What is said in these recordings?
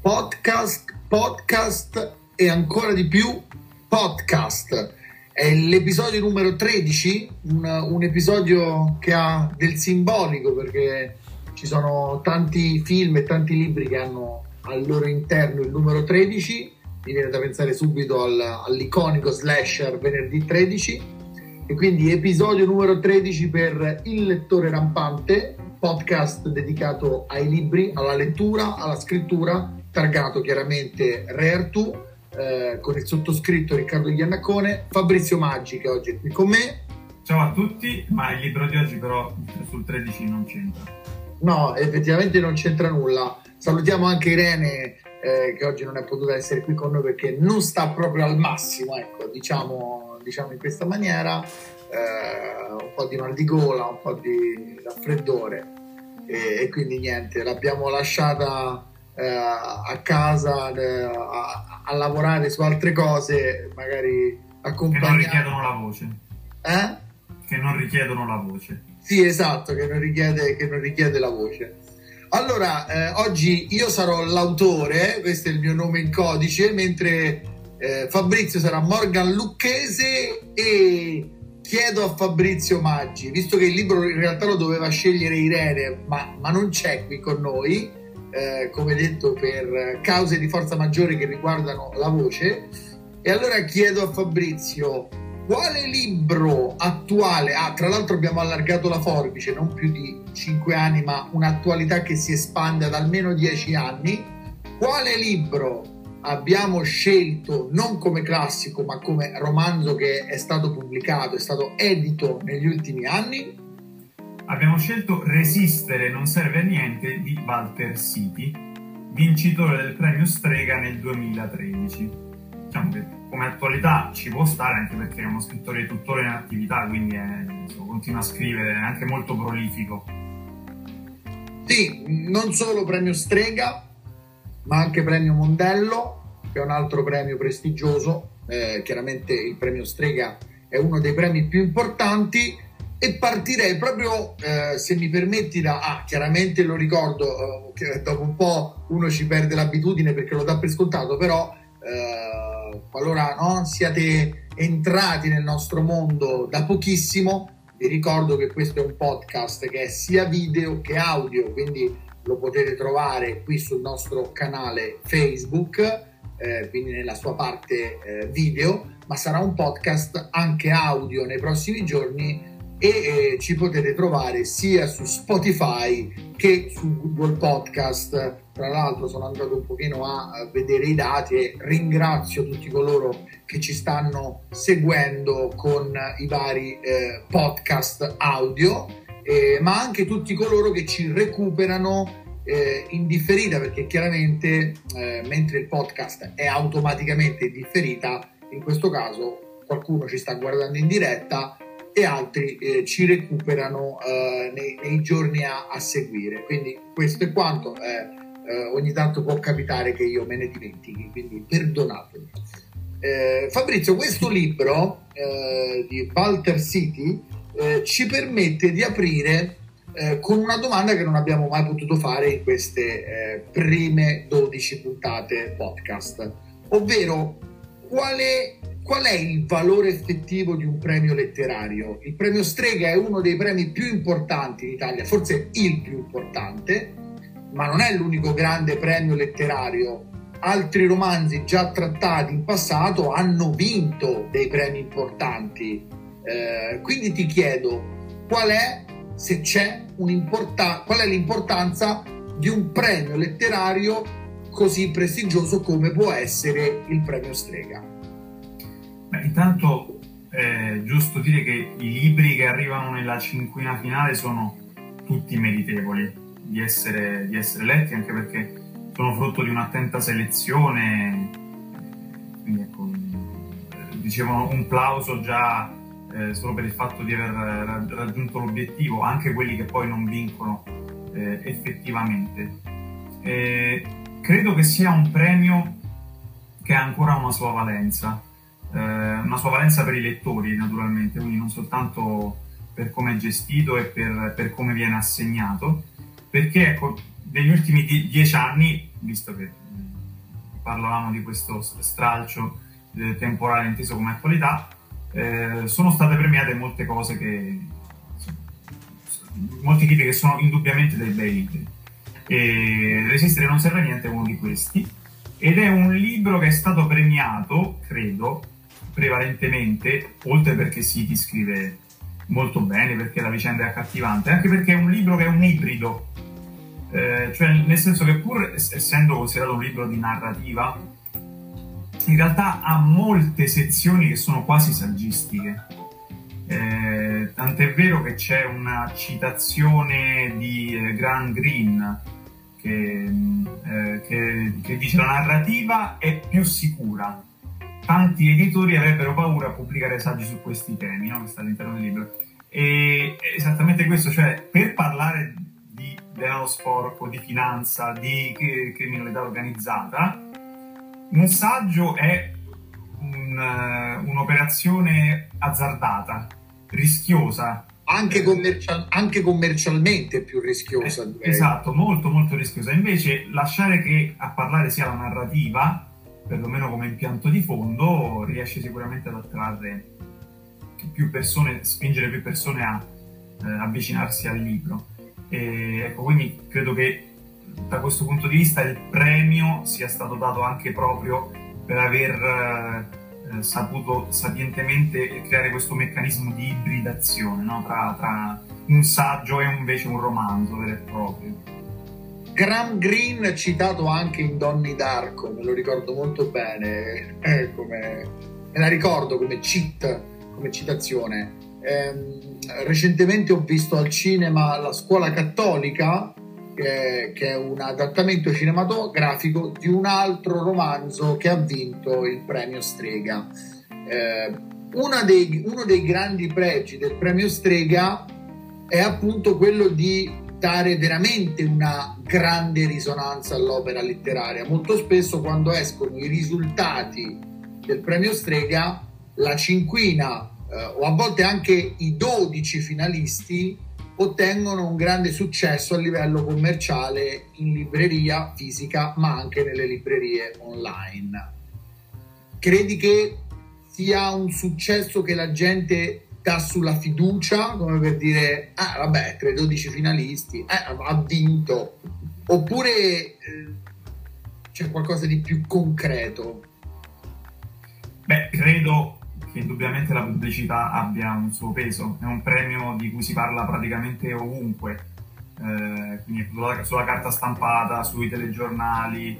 podcast e ancora di più podcast. È l'episodio numero 13, un episodio che ha del simbolico perché ci sono tanti film e tanti libri che hanno al loro interno il numero 13. Mi viene da pensare subito all'iconico slasher Venerdì 13, e quindi episodio numero 13 per Il Lettore Rampante, podcast dedicato ai libri, alla lettura, alla scrittura, targato chiaramente Rare 2, con il sottoscritto Riccardo Iannacone, Fabrizio Maggi che oggi è qui con me. Ciao a tutti, ma il libro di oggi però sul 13 non c'entra. No, effettivamente non c'entra nulla. Salutiamo anche Irene che oggi non è potuta essere qui con noi perché non sta proprio al massimo, ecco, diciamo in questa maniera, un po' di mal di gola, un po' di raffreddore e quindi niente, l'abbiamo lasciata a casa a lavorare su altre cose, magari accompagnata. Che non richiedono la voce. Che non richiedono la voce. Sì, esatto, che non richiede la voce. Allora, oggi io sarò l'autore, questo è il mio nome in codice, mentre Fabrizio sarà Morgan Lucchese, e chiedo a Fabrizio Maggi, visto che il libro in realtà lo doveva scegliere Irene, ma non c'è qui con noi, come detto per cause di forza maggiore che riguardano la voce, e allora chiedo a Fabrizio quale libro attuale, tra l'altro abbiamo allargato la forbice, non più di 5 anni ma un'attualità che si espande ad almeno 10 anni, quale libro abbiamo scelto non come classico ma come romanzo che è stato pubblicato, è stato edito negli ultimi anni? Abbiamo scelto Resistere non serve a niente di Walter Siti, vincitore del premio Strega nel 2013. Diciamo che come attualità ci può stare, anche perché è uno scrittore tuttora in attività, quindi continua a scrivere, è anche molto prolifico. Sì, non solo premio Strega, ma anche premio Mondello, che è un altro premio prestigioso. Chiaramente il premio Strega è uno dei premi più importanti, e partirei proprio, se mi permetti, chiaramente lo ricordo, che dopo un po' uno ci perde l'abitudine perché lo dà per scontato, però qualora siate entrati nel nostro mondo da pochissimo, vi ricordo che questo è un podcast che è sia video che audio, quindi lo potete trovare qui sul nostro canale Facebook, quindi nella sua parte video, ma sarà un podcast anche audio nei prossimi giorni, e ci potete trovare sia su Spotify che su Google Podcast. Tra l'altro sono andato un pochino a vedere i dati e ringrazio tutti coloro che ci stanno seguendo con i vari podcast audio, ma anche tutti coloro che ci recuperano in differita, perché chiaramente mentre il podcast è automaticamente in differita, in questo caso qualcuno ci sta guardando in diretta e altri ci recuperano nei giorni a seguire. Quindi questo è quanto. Ogni tanto può capitare che io me ne dimentichi, quindi perdonatemi. Fabrizio, questo libro di Walter Siti ci permette di aprire con una domanda che non abbiamo mai potuto fare in queste prime 12 puntate podcast, ovvero qual è il valore effettivo di un premio letterario? Il premio Strega è uno dei premi più importanti in Italia, forse il più importante, ma non è l'unico grande premio letterario. Altri romanzi già trattati in passato hanno vinto dei premi importanti. Quindi ti chiedo qual è l'importanza di un premio letterario così prestigioso come può essere il premio Strega. Beh, intanto è giusto dire che i libri che arrivano nella cinquina finale sono tutti meritevoli di essere letti, anche perché sono frutto di un'attenta selezione, quindi ecco, dicevo un plauso già solo per il fatto di aver raggiunto l'obiettivo, anche quelli che poi non vincono effettivamente. Credo che sia un premio che ha ancora una sua valenza per i lettori naturalmente, quindi non soltanto per come è gestito e per come viene assegnato, perché ecco, negli ultimi 10 anni, visto che parlavamo di questo stralcio temporale inteso come attualità, sono state premiate molte cose molti libri che sono indubbiamente dei bei libri. E Resistere non serve a niente è uno di questi, ed è un libro che è stato premiato, credo, prevalentemente, oltre perché Siti scrive molto bene, perché la vicenda è accattivante, anche perché è un libro che è un ibrido, cioè nel senso che pur essendo considerato un libro di narrativa, in realtà ha molte sezioni che sono quasi saggistiche. Tant'è vero che c'è una citazione di Graham Greene che dice: la narrativa è più sicura. Tanti editori avrebbero paura a pubblicare saggi su questi temi, no? Che sta all'interno del libro. E è esattamente questo, cioè per parlare di denaro sporco, di finanza, di criminalità organizzata, un saggio è un'operazione azzardata, rischiosa. Anche commercialmente più rischiosa. Esatto, molto molto rischiosa. Invece lasciare che a parlare sia la narrativa, perlomeno come impianto di fondo, riesce sicuramente ad attrarre più persone, spingere più persone a avvicinarsi al libro. E ecco, quindi credo che da questo punto di vista il premio sia stato dato anche proprio per aver saputo sapientemente creare questo meccanismo di ibridazione, no? tra un saggio e invece un romanzo vero e proprio. Graham Greene citato anche in Donnie Darko, me lo ricordo molto bene, me la ricordo come citazione. Recentemente ho visto al cinema La Scuola Cattolica, che è un adattamento cinematografico di un altro romanzo che ha vinto il premio Strega. Uno dei grandi pregi del premio Strega è appunto quello di dare veramente una grande risonanza all'opera letteraria. Molto spesso quando escono i risultati del premio Strega, la cinquina o a volte anche i 12 finalisti ottengono un grande successo a livello commerciale in libreria fisica, ma anche nelle librerie online. Credi che sia un successo che la gente dà sulla fiducia, come per dire vabbè, tra i 12 finalisti ha vinto, oppure c'è qualcosa di più concreto? Beh, credo che indubbiamente la pubblicità abbia un suo peso, è un premio di cui si parla praticamente ovunque, quindi sulla carta stampata, sui telegiornali,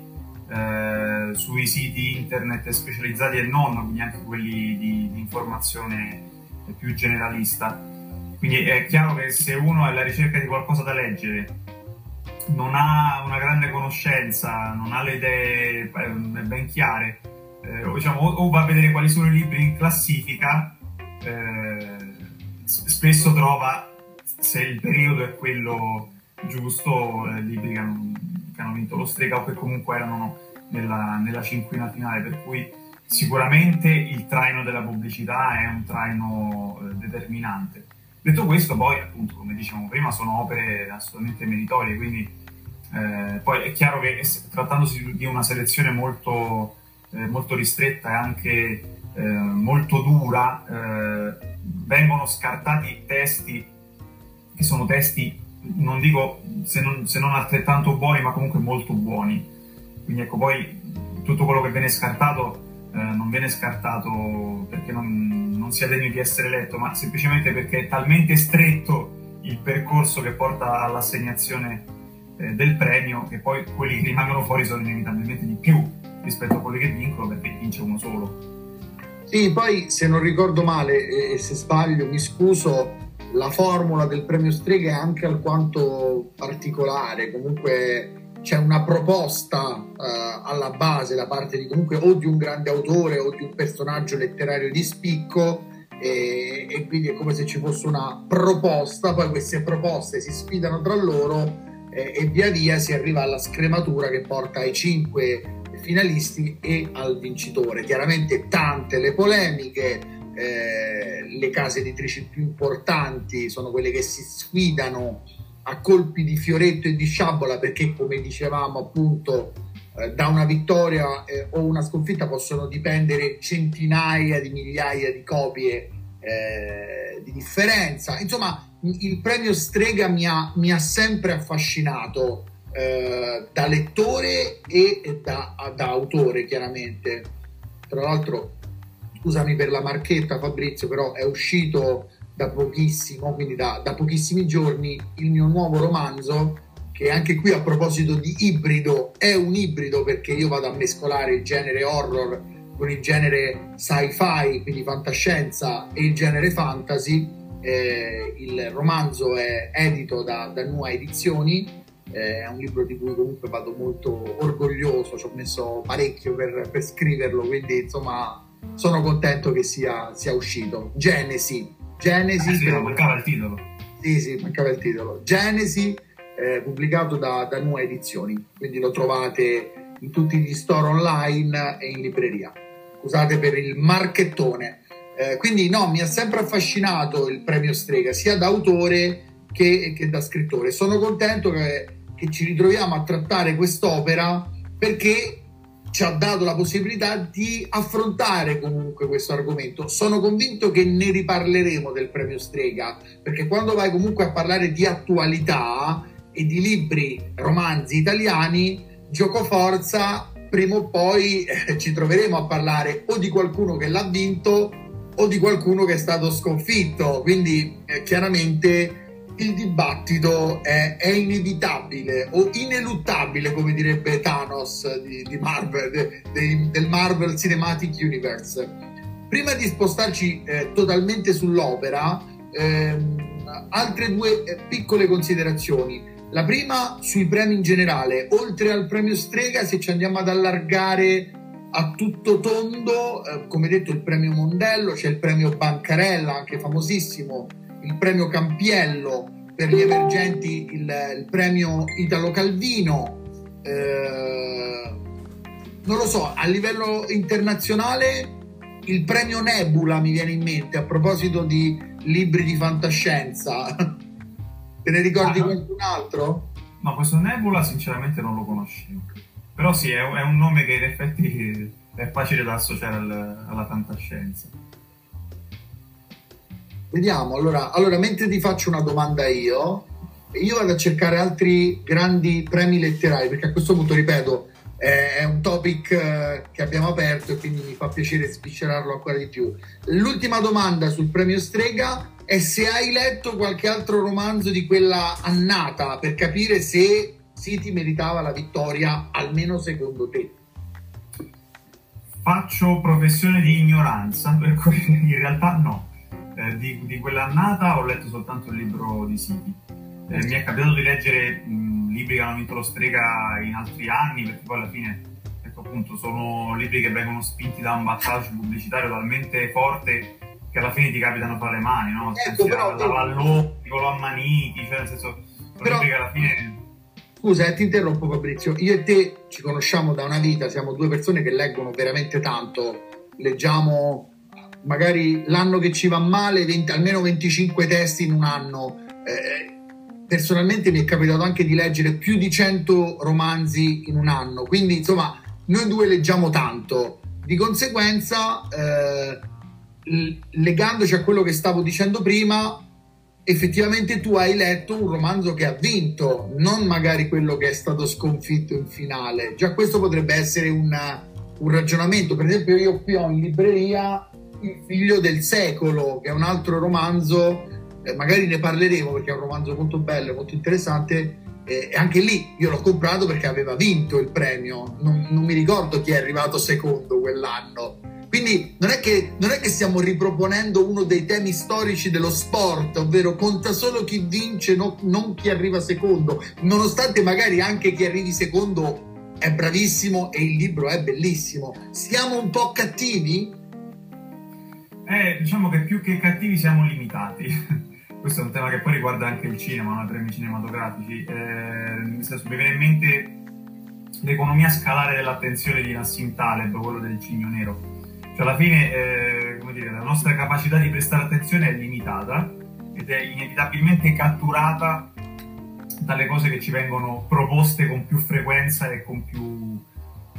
sui siti internet specializzati e non, quindi anche quelli di informazione più generalista. Quindi è chiaro che se uno è alla ricerca di qualcosa da leggere, non ha una grande conoscenza, non ha le idee ben chiare, o va a vedere quali sono i libri in classifica, spesso trova, se il periodo è quello giusto, libri che hanno vinto lo Strega o che comunque erano nella cinquina finale, per cui sicuramente il traino della pubblicità è un traino determinante. Detto questo, poi appunto, come dicevamo prima, sono opere assolutamente meritorie, quindi poi è chiaro che trattandosi di una selezione molto ristretta e anche molto dura, vengono scartati testi che sono testi, non dico se non altrettanto buoni, ma comunque molto buoni. Quindi ecco, poi tutto quello che viene scartato non viene scartato perché non sia degno di essere letto, ma semplicemente perché è talmente stretto il percorso che porta all'assegnazione del premio, che poi quelli che rimangono fuori sono inevitabilmente di più rispetto a quelli che vincono, perché vince uno solo. Sì, poi se non ricordo male e se sbaglio mi scuso, la formula del premio Strega è anche alquanto particolare. Comunque c'è una proposta alla base da parte di comunque o di un grande autore o di un personaggio letterario di spicco, e quindi è come se ci fosse una proposta, poi queste proposte si sfidano tra loro e via via si arriva alla scrematura che porta ai 5 finalisti e al vincitore. Chiaramente tante le polemiche, le case editrici più importanti sono quelle che si sfidano a colpi di fioretto e di sciabola, perché come dicevamo appunto da una vittoria o una sconfitta possono dipendere centinaia di migliaia di copie di differenza. Insomma, il premio Strega mi ha sempre affascinato da lettore e da autore, chiaramente. Tra l'altro, scusami per la marchetta, Fabrizio, però è uscito da pochissimo, quindi da pochissimi giorni, il mio nuovo romanzo, che anche qui, a proposito di ibrido, è un ibrido, perché io vado a mescolare il genere horror con il genere sci-fi, quindi fantascienza, e il genere fantasy. Il romanzo è edito da Nua Edizioni, è un libro di cui comunque vado molto orgoglioso, ci ho messo parecchio per scriverlo, quindi insomma sono contento che sia uscito. Genesi, sì, mancava il titolo. Sì, mancava il titolo. Genesi, pubblicato da Nua Edizioni, quindi lo trovate in tutti gli store online e in libreria. Scusate per il marchettone. Quindi no, mi ha sempre affascinato il premio Strega, sia da autore che da scrittore. Sono contento che ci ritroviamo a trattare quest'opera, perché ci ha dato la possibilità di affrontare comunque questo argomento. Sono convinto che ne riparleremo del premio Strega, perché quando vai comunque a parlare di attualità e di libri, romanzi italiani, giocoforza, prima o poi ci troveremo a parlare o di qualcuno che l'ha vinto o di qualcuno che è stato sconfitto. Quindi chiaramente il dibattito è inevitabile o ineluttabile, come direbbe Thanos di Marvel, del Marvel Cinematic Universe. Prima di spostarci totalmente sull'opera, altre due piccole considerazioni. La prima sui premi in generale. Oltre al premio Strega, se ci andiamo ad allargare a tutto tondo, come detto, il premio Mondello, c'è il premio Bancarella, anche famosissimo, il premio Campiello per gli emergenti, il premio Italo Calvino, non lo so, a livello internazionale il premio Nebula mi viene in mente, a proposito di libri di fantascienza. Te ne ricordi qualcun altro? No, questo Nebula sinceramente non lo conoscevo, però sì, è un nome che in effetti è facile da associare alla fantascienza. Vediamo, allora mentre ti faccio una domanda io vado a cercare altri grandi premi letterari, perché a questo punto, ripeto, è un topic che abbiamo aperto e quindi mi fa piacere sviscerarlo ancora di più. L'ultima domanda sul premio Strega è se hai letto qualche altro romanzo di quella annata, per capire se ti meritava la vittoria, almeno secondo te. Faccio professione di ignoranza, per cui in realtà no. Di quell'annata ho letto soltanto il libro di Siti. Mi è capitato di leggere libri che hanno vinto lo Strega in altri anni, perché poi alla fine, ecco, appunto, sono libri che vengono spinti da un battage pubblicitario talmente forte che alla fine ti capitano fra le mani, no? Ecco, però, la Vallò, Nicolò Ammanichi, cioè nel senso, sono libri che alla fine... Scusa, ti interrompo Fabrizio, io e te ci conosciamo da una vita, siamo due persone che leggono veramente tanto, leggiamo magari l'anno che ci va male, almeno 25 testi in un anno. Personalmente mi è capitato anche di leggere più di 100 romanzi in un anno, quindi insomma noi due leggiamo tanto. Di conseguenza, legandoci a quello che stavo dicendo prima, effettivamente tu hai letto un romanzo che ha vinto, non magari quello che è stato sconfitto in finale. Già questo potrebbe essere un ragionamento. Per esempio, io qui ho in libreria Il figlio del secolo, che è un altro romanzo, magari ne parleremo perché è un romanzo molto bello e molto interessante, e anche lì io l'ho comprato perché aveva vinto il premio, non mi ricordo chi è arrivato secondo quell'anno. Quindi non è che stiamo riproponendo uno dei temi storici dello sport, ovvero conta solo chi vince, non chi arriva secondo, nonostante magari anche chi arrivi secondo è bravissimo e il libro è bellissimo. Siamo un po' cattivi? Diciamo che più che cattivi siamo limitati. Questo è un tema che poi riguarda anche il cinema, no? I premi cinematografici. Nel senso, mi viene in mente l'economia scalare dell'attenzione di Nassim Taleb, quello del Cigno Nero. Cioè, alla fine, come dire, la nostra capacità di prestare attenzione è limitata ed è inevitabilmente catturata dalle cose che ci vengono proposte con più frequenza e con più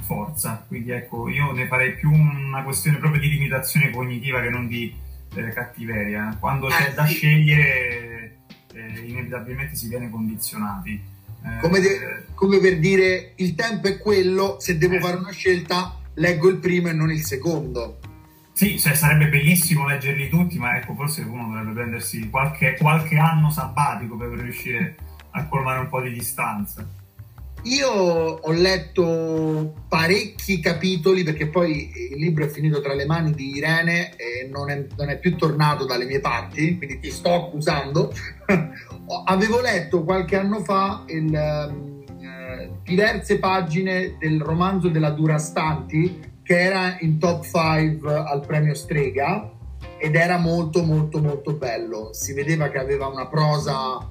forza. Quindi ecco, io ne farei più una questione proprio di limitazione cognitiva che non di cattiveria. Quando c'è da scegliere, inevitabilmente si viene condizionati. Come per dire, il tempo è quello, se devo fare una scelta leggo il primo e non il secondo. Sì, cioè, sarebbe bellissimo leggerli tutti, ma ecco, forse uno dovrebbe prendersi qualche anno sabbatico per riuscire a colmare un po' di distanza. Io ho letto parecchi capitoli, perché poi il libro è finito tra le mani di Irene e non è più tornato dalle mie parti, quindi ti sto accusando. Avevo letto qualche anno fa diverse pagine del romanzo della Durastanti, che era in top 5 al premio Strega, ed era molto molto molto bello. Si vedeva che aveva una prosa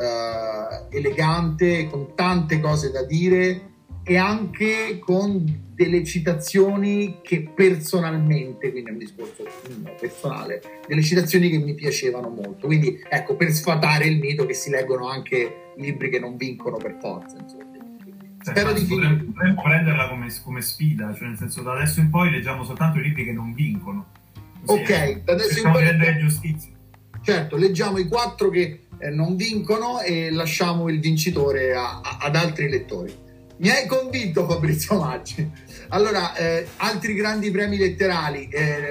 elegante, con tante cose da dire e anche con delle citazioni che personalmente, quindi è un discorso personale, delle citazioni che mi piacevano molto. Quindi ecco, per sfatare il mito che si leggono anche libri che non vincono per forza, insomma. Spero di potremmo prenderla come sfida, cioè nel senso, da adesso in poi leggiamo soltanto i libri che non vincono. Così ok, da adesso in poi rendere giustizia. Certo, leggiamo i 4 che non vincono e lasciamo il vincitore ad altri lettori. Mi hai convinto, Fabrizio Maggi. Allora, altri grandi premi letterari,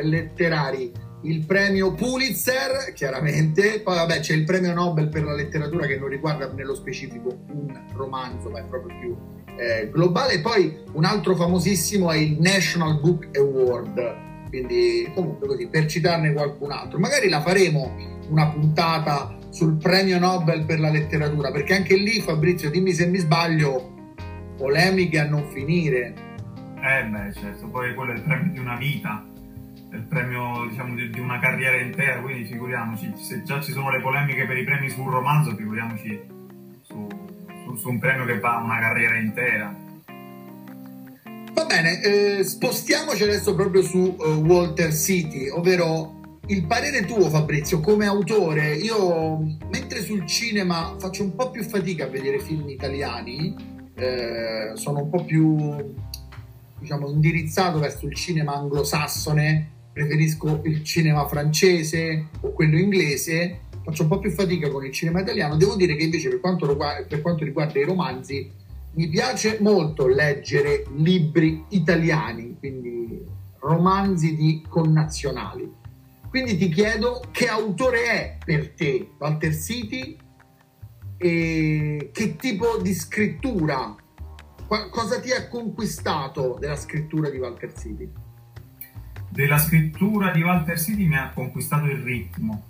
il premio Pulitzer, chiaramente, poi vabbè c'è il premio Nobel per la letteratura, che non riguarda nello specifico un romanzo, ma è proprio più globale. Poi un altro famosissimo è il National Book Award, quindi comunque così, per citarne qualcun altro. Magari la faremo una puntata sul premio Nobel per la letteratura, perché anche lì, Fabrizio, dimmi se mi sbaglio, polemiche a non finire. Beh, certo, poi quello è il premio di una vita, è il premio, diciamo, di una carriera intera, quindi figuriamoci, se già ci sono le polemiche per i premi sul romanzo, figuriamoci su un premio che va una carriera intera. Va bene, spostiamoci adesso proprio su Walter City, ovvero il parere tuo, Fabrizio, come autore. Io, mentre sul cinema faccio un po' più fatica a vedere film italiani, sono un po' più, diciamo, indirizzato verso il cinema anglosassone, preferisco il cinema francese o quello inglese, faccio un po' più fatica con il cinema italiano. Devo dire che invece per quanto riguarda i romanzi, mi piace molto leggere libri italiani, quindi romanzi di connazionali. Quindi ti chiedo, che autore è per te Walter City e che tipo di scrittura, cosa ti ha conquistato della scrittura di Walter City? Della scrittura di Walter City mi ha conquistato il ritmo.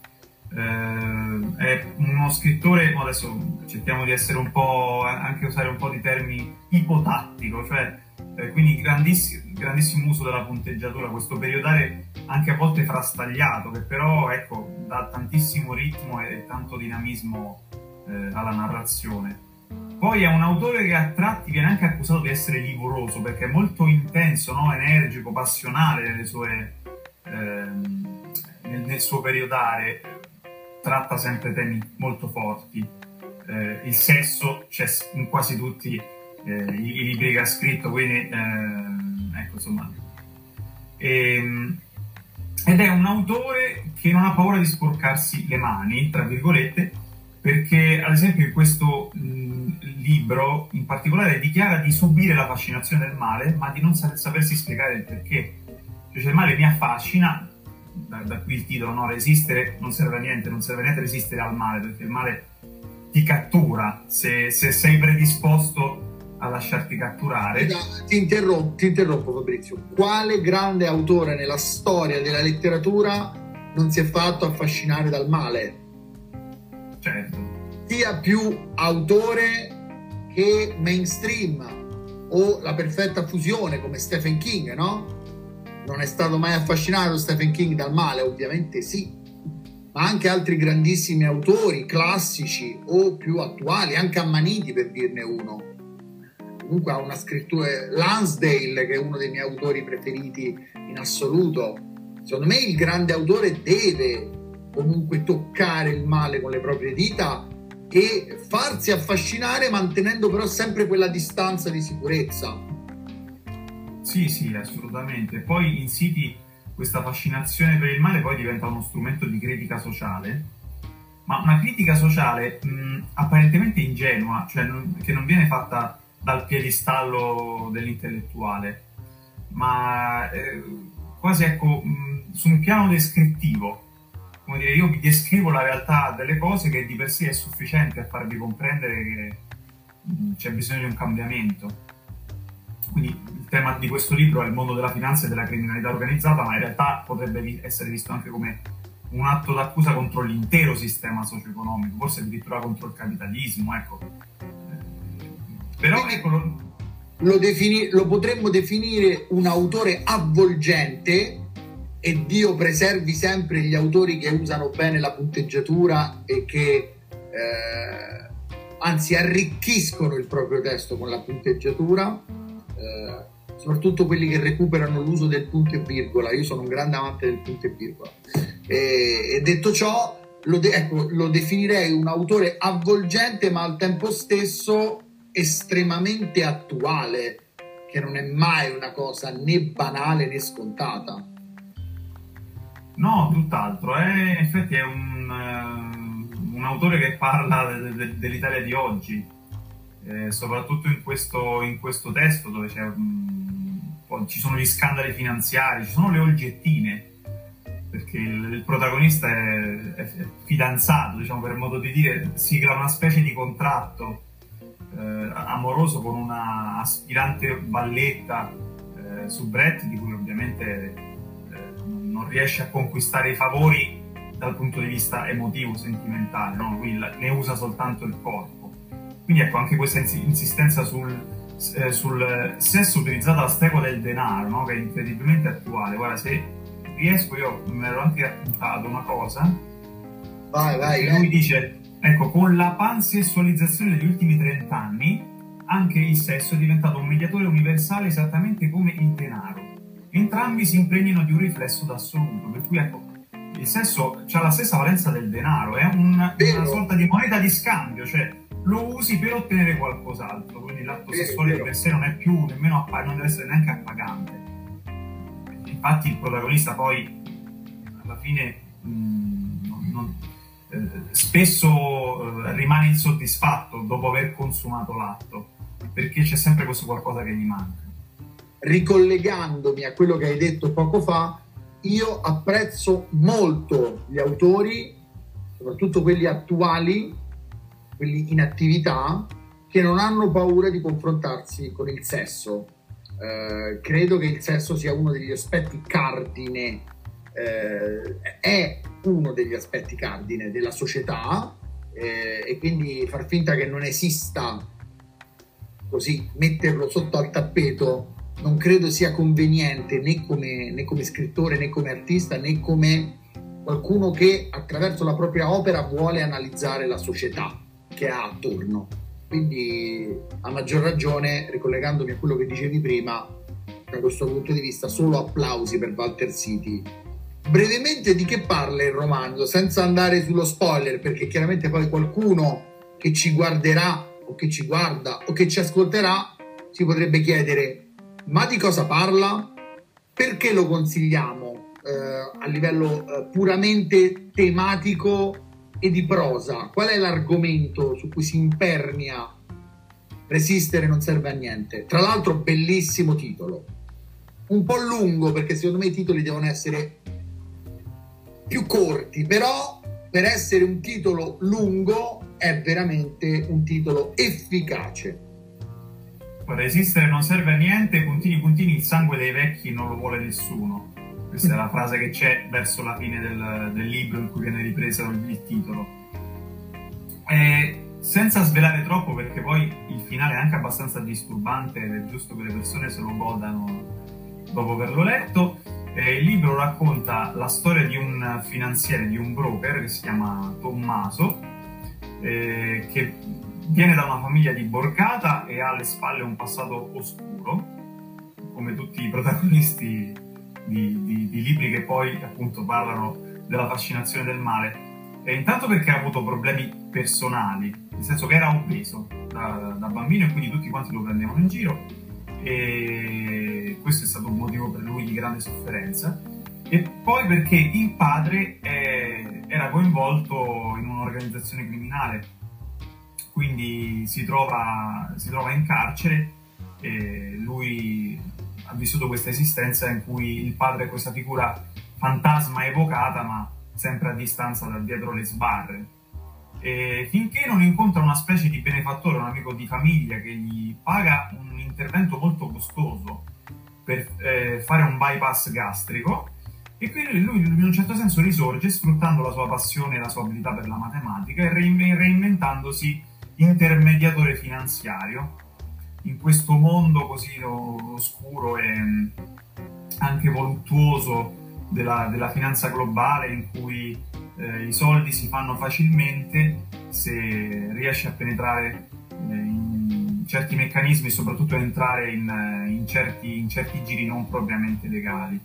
È uno scrittore, adesso cerchiamo di essere un po', anche usare un po' di termini, ipotattico, cioè quindi grandissimo uso della punteggiatura, questo periodare anche a volte frastagliato, che però ecco dà tantissimo ritmo e tanto dinamismo alla narrazione. Poi è un autore che a tratti viene anche accusato di essere livoroso, perché è molto intenso, no? Energico, passionale nel suo periodare, tratta sempre temi molto forti. Il sesso c'è in quasi tutti i libri che ha scritto, quindi ecco, insomma. Ed è un autore che non ha paura di sporcarsi le mani, tra virgolette, perché ad esempio in questo libro in particolare dichiara di subire la fascinazione del male, ma di non sapersi spiegare il perché. Cioè, il male mi affascina, da qui il titolo, no? Resistere non serve a niente, non serve niente resistere al male, perché il male ti cattura se sei predisposto a lasciarti catturare. Ti interrompo Fabrizio. Quale grande autore nella storia della letteratura non si è fatto affascinare dal male? Certo. Sia più autore che mainstream, o la perfetta fusione come Stephen King, no? Non è stato mai affascinato Stephen King dal male? Ovviamente sì, ma anche altri grandissimi autori classici o più attuali, anche Ammaniti per dirne uno. Comunque ha una scrittura, Lansdale, che è uno dei miei autori preferiti in assoluto. Secondo me il grande autore deve comunque toccare il male con le proprie dita e farsi affascinare, mantenendo però sempre quella distanza di sicurezza. Sì, sì, assolutamente. Poi insiti questa fascinazione per il male poi diventa uno strumento di critica sociale, ma una critica sociale apparentemente ingenua, cioè che non viene fatta dal piedistallo dell'intellettuale, ma quasi ecco, su un piano descrittivo. Come dire, io vi descrivo la realtà delle cose che di per sé è sufficiente a farvi comprendere che c'è bisogno di un cambiamento. Quindi il tema di questo libro è il mondo della finanza e della criminalità organizzata, ma in realtà potrebbe essere visto anche come un atto d'accusa contro l'intero sistema socio-economico, forse addirittura contro il capitalismo, ecco. Però ecco, lo potremmo definire un autore avvolgente, e Dio preservi sempre gli autori che usano bene la punteggiatura e che anzi arricchiscono il proprio testo con la punteggiatura, soprattutto quelli che recuperano l'uso del punto e virgola. Io sono un grande amante del punto e virgola, e detto ciò lo definirei un autore avvolgente ma al tempo stesso estremamente attuale, che non è mai una cosa né banale né scontata. No, tutt'altro. In effetti è un autore che parla dell'Italia di oggi, soprattutto in questo testo dove ci sono gli scandali finanziari, ci sono le olgettine, perché il protagonista è fidanzato, diciamo per modo di dire, sigla una specie di contratto amoroso con una aspirante valletta soubrette, di cui ovviamente non riesce a conquistare i favori dal punto di vista emotivo, sentimentale, no? Quindi ne usa soltanto il corpo. Quindi ecco, anche questa insistenza sul sesso utilizzato alla stregua del denaro, no? Che è incredibilmente attuale. Guarda, se riesco, io me l'ho anche appuntato una cosa. Vai. Lui dice, ecco, con la pansessualizzazione degli ultimi 30 anni, anche il sesso è diventato un mediatore universale esattamente come il denaro. Entrambi si impregnano di un riflesso d'assoluto, per cui ecco, il sesso ha la stessa valenza del denaro, è una sorta di moneta di scambio, cioè lo usi per ottenere qualcos'altro, quindi l'atto sessuale di per sé non è più nemmeno non deve essere neanche appagante. Infatti il protagonista poi alla fine spesso rimane insoddisfatto dopo aver consumato l'atto, perché c'è sempre questo qualcosa che gli manca. Ricollegandomi a quello che hai detto poco fa, io apprezzo molto gli autori, soprattutto quelli attuali, quelli in attività, che non hanno paura di confrontarsi con il sesso. Credo che il sesso sia uno degli aspetti cardine, è uno degli aspetti cardine della società, e quindi far finta che non esista, così metterlo sotto al tappeto, non credo sia conveniente né come scrittore, né come artista, né come qualcuno che attraverso la propria opera vuole analizzare la società che ha attorno. Quindi a maggior ragione, ricollegandomi a quello che dicevi prima, da questo punto di vista solo applausi per Walter City. Brevemente di che parla il romanzo, senza andare sullo spoiler, perché chiaramente poi qualcuno che ci guarderà o che ci guarda o che ci ascolterà si potrebbe chiedere: ma di cosa parla? Perché lo consigliamo a livello puramente tematico e di prosa? Qual è l'argomento su cui si impernia Resistere non serve a niente? Tra l'altro bellissimo titolo, un po' lungo perché secondo me i titoli devono essere più corti, però per essere un titolo lungo è veramente un titolo efficace. Resistere non serve a niente, puntini puntini, il sangue dei vecchi non lo vuole nessuno. Questa è la frase che c'è verso la fine del libro in cui viene ripreso il titolo. Senza svelare troppo, perché poi il finale è anche abbastanza disturbante ed è giusto che le persone se lo godano dopo averlo letto. Il libro racconta la storia di un finanziere, di un broker che si chiama Tommaso, che viene da una famiglia di borgata e ha alle spalle un passato oscuro, come tutti i protagonisti di libri che poi appunto parlano della fascinazione del male. E intanto perché ha avuto problemi personali, nel senso che era obeso da bambino e quindi tutti quanti lo prendevano in giro, e questo è stato un motivo per lui di grande sofferenza, e poi perché il padre era coinvolto in un'organizzazione criminale, quindi si trova in carcere, e lui ha vissuto questa esistenza in cui il padre è questa figura fantasma evocata, ma sempre a distanza da dietro le sbarre. E finché non incontra una specie di benefattore, un amico di famiglia che gli paga un intervento molto costoso per fare un bypass gastrico, e quindi lui in un certo senso risorge sfruttando la sua passione e la sua abilità per la matematica e reinventandosi intermediatore finanziario in questo mondo così oscuro e anche voluttuoso della finanza globale, in cui i soldi si fanno facilmente se riesci a penetrare in certi meccanismi e soprattutto entrare in certi giri non propriamente legali.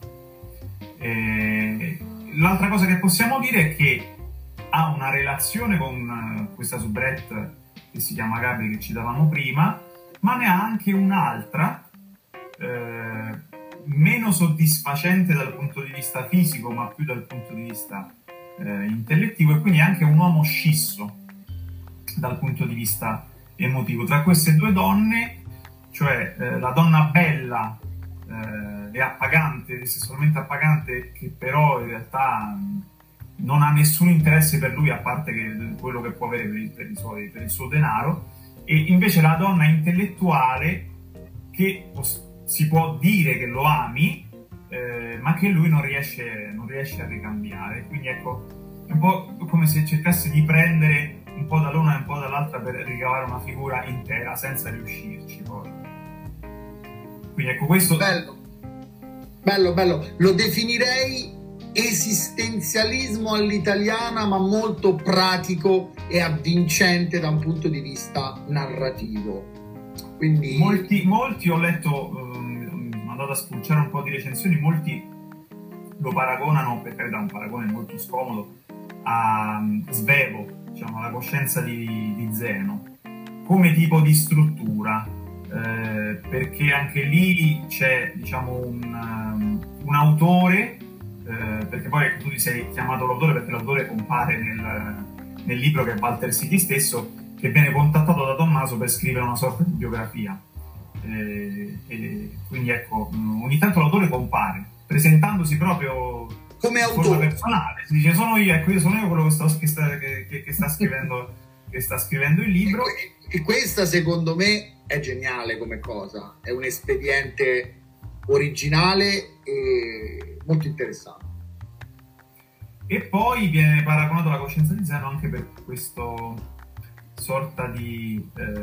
L'altra cosa che possiamo dire è che ha una relazione con questa soubrette che si chiama Gabri, che citavamo prima, ma ne ha anche un'altra meno soddisfacente dal punto di vista fisico, ma più dal punto di vista intellettivo, e quindi anche un uomo scisso dal punto di vista emotivo. Tra queste due donne, cioè la donna bella e appagante, sessualmente appagante, che però in realtà non ha nessun interesse per lui a parte quello che può avere per il suo denaro, e invece la donna intellettuale che si può dire che lo ami, ma che lui non riesce a ricambiare. Quindi ecco, è un po' come se cercasse di prendere un po' dall'una e un po' dall'altra per ricavare una figura intera senza riuscirci poi. Quindi ecco, questo... Bello. Lo definirei esistenzialismo all'italiana, ma molto pratico e avvincente da un punto di vista narrativo. Quindi molti ho letto, andato a spulciare un po' di recensioni, molti lo paragonano, per carità un paragone molto scomodo, a Svevo, diciamo, alla coscienza di Zeno, come tipo di struttura, perché anche lì c'è, diciamo, un autore, perché poi tu ti sei chiamato l'autore perché l'autore compare nel libro, che è Walter Siti stesso, che viene contattato da Tommaso per scrivere una sorta di biografia. Quindi ecco, ogni tanto l'autore compare, presentandosi proprio come in forma personale. Si dice: sono io quello che sta scrivendo il libro. E questa secondo me è geniale come cosa, è un espediente originale e molto interessante. E poi viene paragonato alla coscienza di Zeno anche per questo sorta di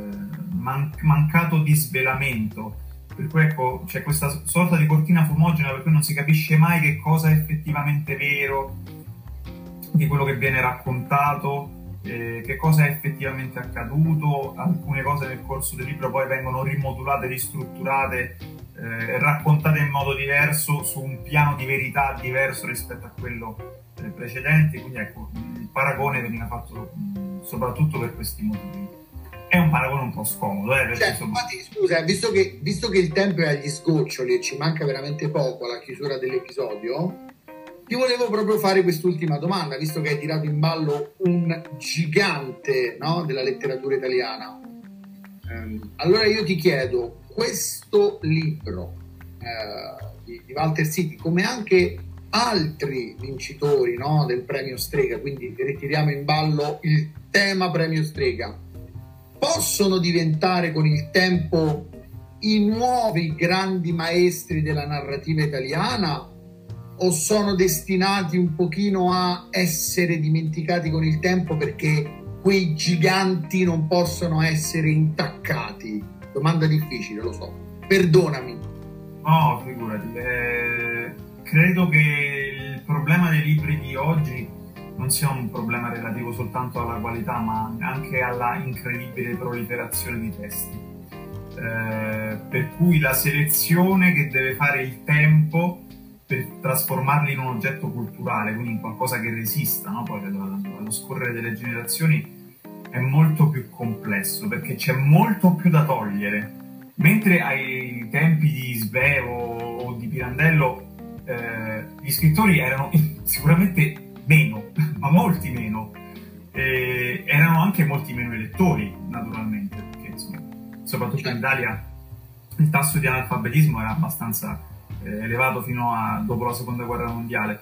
mancato disvelamento, per cui ecco, c'è questa sorta di cortina fumogena per cui non si capisce mai che cosa è effettivamente vero di quello che viene raccontato, che cosa è effettivamente accaduto. Alcune cose nel corso del libro poi vengono rimodulate, ristrutturate, raccontate in modo diverso, su un piano di verità diverso rispetto a quello precedente. Quindi ecco, il paragone veniva fatto soprattutto per questi motivi. È un paragone un po' scomodo, perché infatti, scusa, visto che il tempo è agli sgoccioli e ci manca veramente poco alla chiusura dell'episodio, ti volevo proprio fare quest'ultima domanda, visto che hai tirato in ballo un gigante, no, della letteratura italiana. Allora io ti chiedo, questo libro di Walter Siti, come anche altri vincitori, no, del premio Strega, quindi ritiriamo in ballo il tema premio Strega, possono diventare con il tempo i nuovi grandi maestri della narrativa italiana, o sono destinati un pochino a essere dimenticati con il tempo perché quei giganti non possono essere intaccati? Domanda difficile, lo so, perdonami. No, figurati. Credo che il problema dei libri di oggi non sia un problema relativo soltanto alla qualità, ma anche alla incredibile proliferazione di testi. Per cui la selezione che deve fare il tempo per trasformarli in un oggetto culturale, quindi in qualcosa che resista, no? Poi allo scorrere delle generazioni, è molto più complesso, perché c'è molto più da togliere. Mentre ai tempi di Svevo di Pirandello gli scrittori erano sicuramente meno, ma molti meno, erano anche molti meno i lettori, naturalmente, perché insomma, soprattutto in Italia il tasso di analfabetismo era abbastanza elevato fino a dopo la seconda guerra mondiale.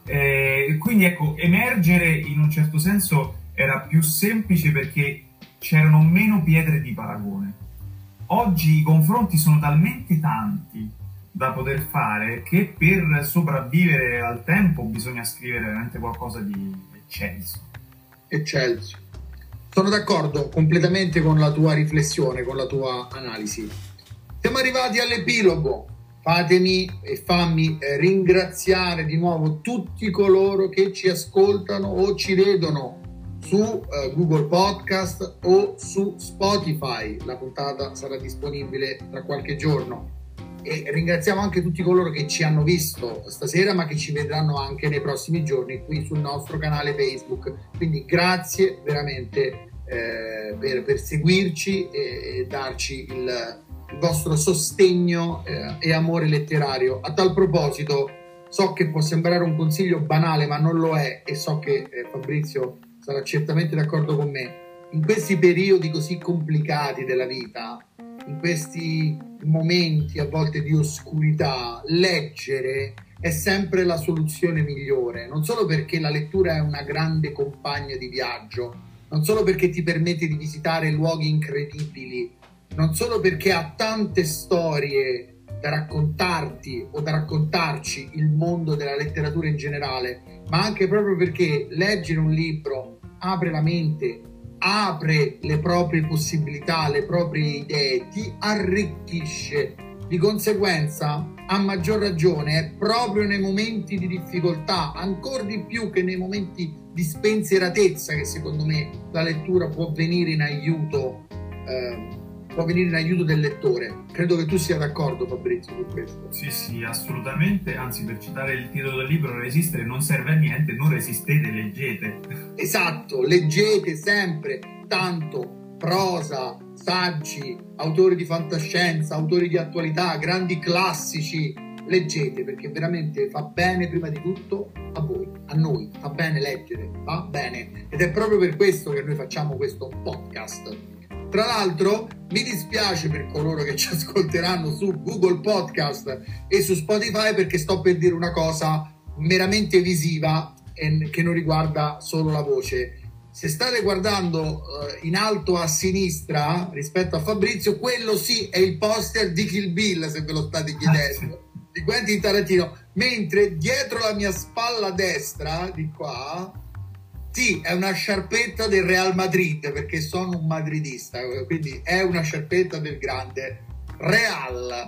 Quindi ecco, emergere in un certo senso era più semplice perché c'erano meno pietre di paragone. Oggi i confronti sono talmente tanti da poter fare che per sopravvivere al tempo bisogna scrivere veramente qualcosa di eccelso. Eccelso. Sono d'accordo completamente con la tua riflessione, con la tua analisi. Siamo arrivati all'epilogo. Fatemi e fammi ringraziare di nuovo tutti coloro che ci ascoltano o ci vedono su Google Podcast o su Spotify. La puntata sarà disponibile tra qualche giorno. E ringraziamo anche tutti coloro che ci hanno visto stasera, ma che ci vedranno anche nei prossimi giorni qui sul nostro canale Facebook. Quindi grazie veramente per seguirci e darci il vostro sostegno e amore letterario. A tal proposito, so che può sembrare un consiglio banale, ma non lo è, e so che Fabrizio sarà certamente d'accordo con me. In questi periodi così complicati della vita, in questi momenti a volte di oscurità, leggere è sempre la soluzione migliore, non solo perché la lettura è una grande compagna di viaggio, non solo perché ti permette di visitare luoghi incredibili, non solo perché ha tante storie da raccontarti o da raccontarci il mondo della letteratura in generale, ma anche proprio perché leggere un libro apre la mente, apre le proprie possibilità, le proprie idee, ti arricchisce. Di conseguenza, a maggior ragione, è proprio nei momenti di difficoltà, ancora di più che nei momenti di spensieratezza, che secondo me la lettura può venire in aiuto del lettore. Credo che tu sia d'accordo, Fabrizio, su questo. Sì, assolutamente. Anzi, per citare il titolo del libro, resistere non serve a niente, non resistete, leggete. Esatto, leggete sempre tanto prosa, saggi, autori di fantascienza, autori di attualità, grandi classici. Leggete, perché veramente fa bene prima di tutto a voi, a noi, fa bene leggere, va bene. Ed è proprio per questo che noi facciamo questo podcast. Tra l'altro mi dispiace per coloro che ci ascolteranno su Google Podcast e su Spotify, perché sto per dire una cosa meramente visiva e che non riguarda solo la voce. Se state guardando in alto a sinistra rispetto a Fabrizio, quello sì è il poster di Kill Bill, se ve lo state chiedendo, di Quentin Tarantino, mentre dietro la mia spalla destra, di qua, sì, è una sciarpetta del Real Madrid, perché sono un madridista, quindi è una sciarpetta del grande Real.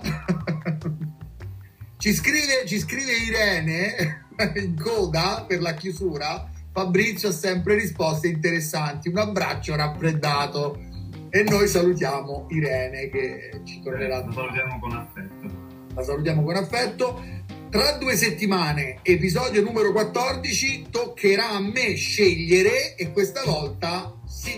Ci scrive Irene in coda per la chiusura: Fabrizio ha sempre risposte interessanti, un abbraccio raffreddato. E noi salutiamo Irene, che ci tornerà. La salutiamo con affetto. La salutiamo con affetto. Tra 2 settimane, episodio numero 14, toccherà a me scegliere, e questa volta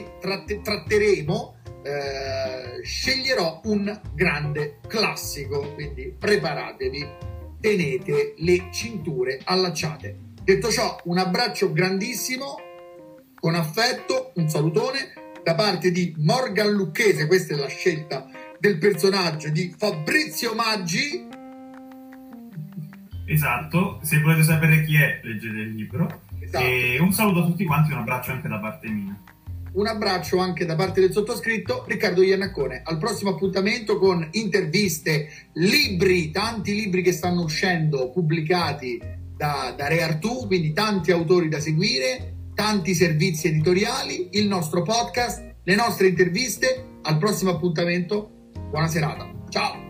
sceglierò un grande classico, quindi preparatevi, tenete le cinture allacciate. Detto ciò, un abbraccio grandissimo, con affetto, un salutone da parte di Morgan Lucchese, questa è la scelta del personaggio di Fabrizio Maggi. Esatto, se volete sapere chi è, leggete il libro. Esatto. E un saluto a tutti quanti, un abbraccio anche da parte mia. Un abbraccio anche da parte del sottoscritto, Riccardo Iannaccone. Al prossimo appuntamento con interviste, libri, tanti libri che stanno uscendo pubblicati da Re Artù, quindi tanti autori da seguire, tanti servizi editoriali, il nostro podcast, le nostre interviste. Al prossimo appuntamento, buona serata, ciao!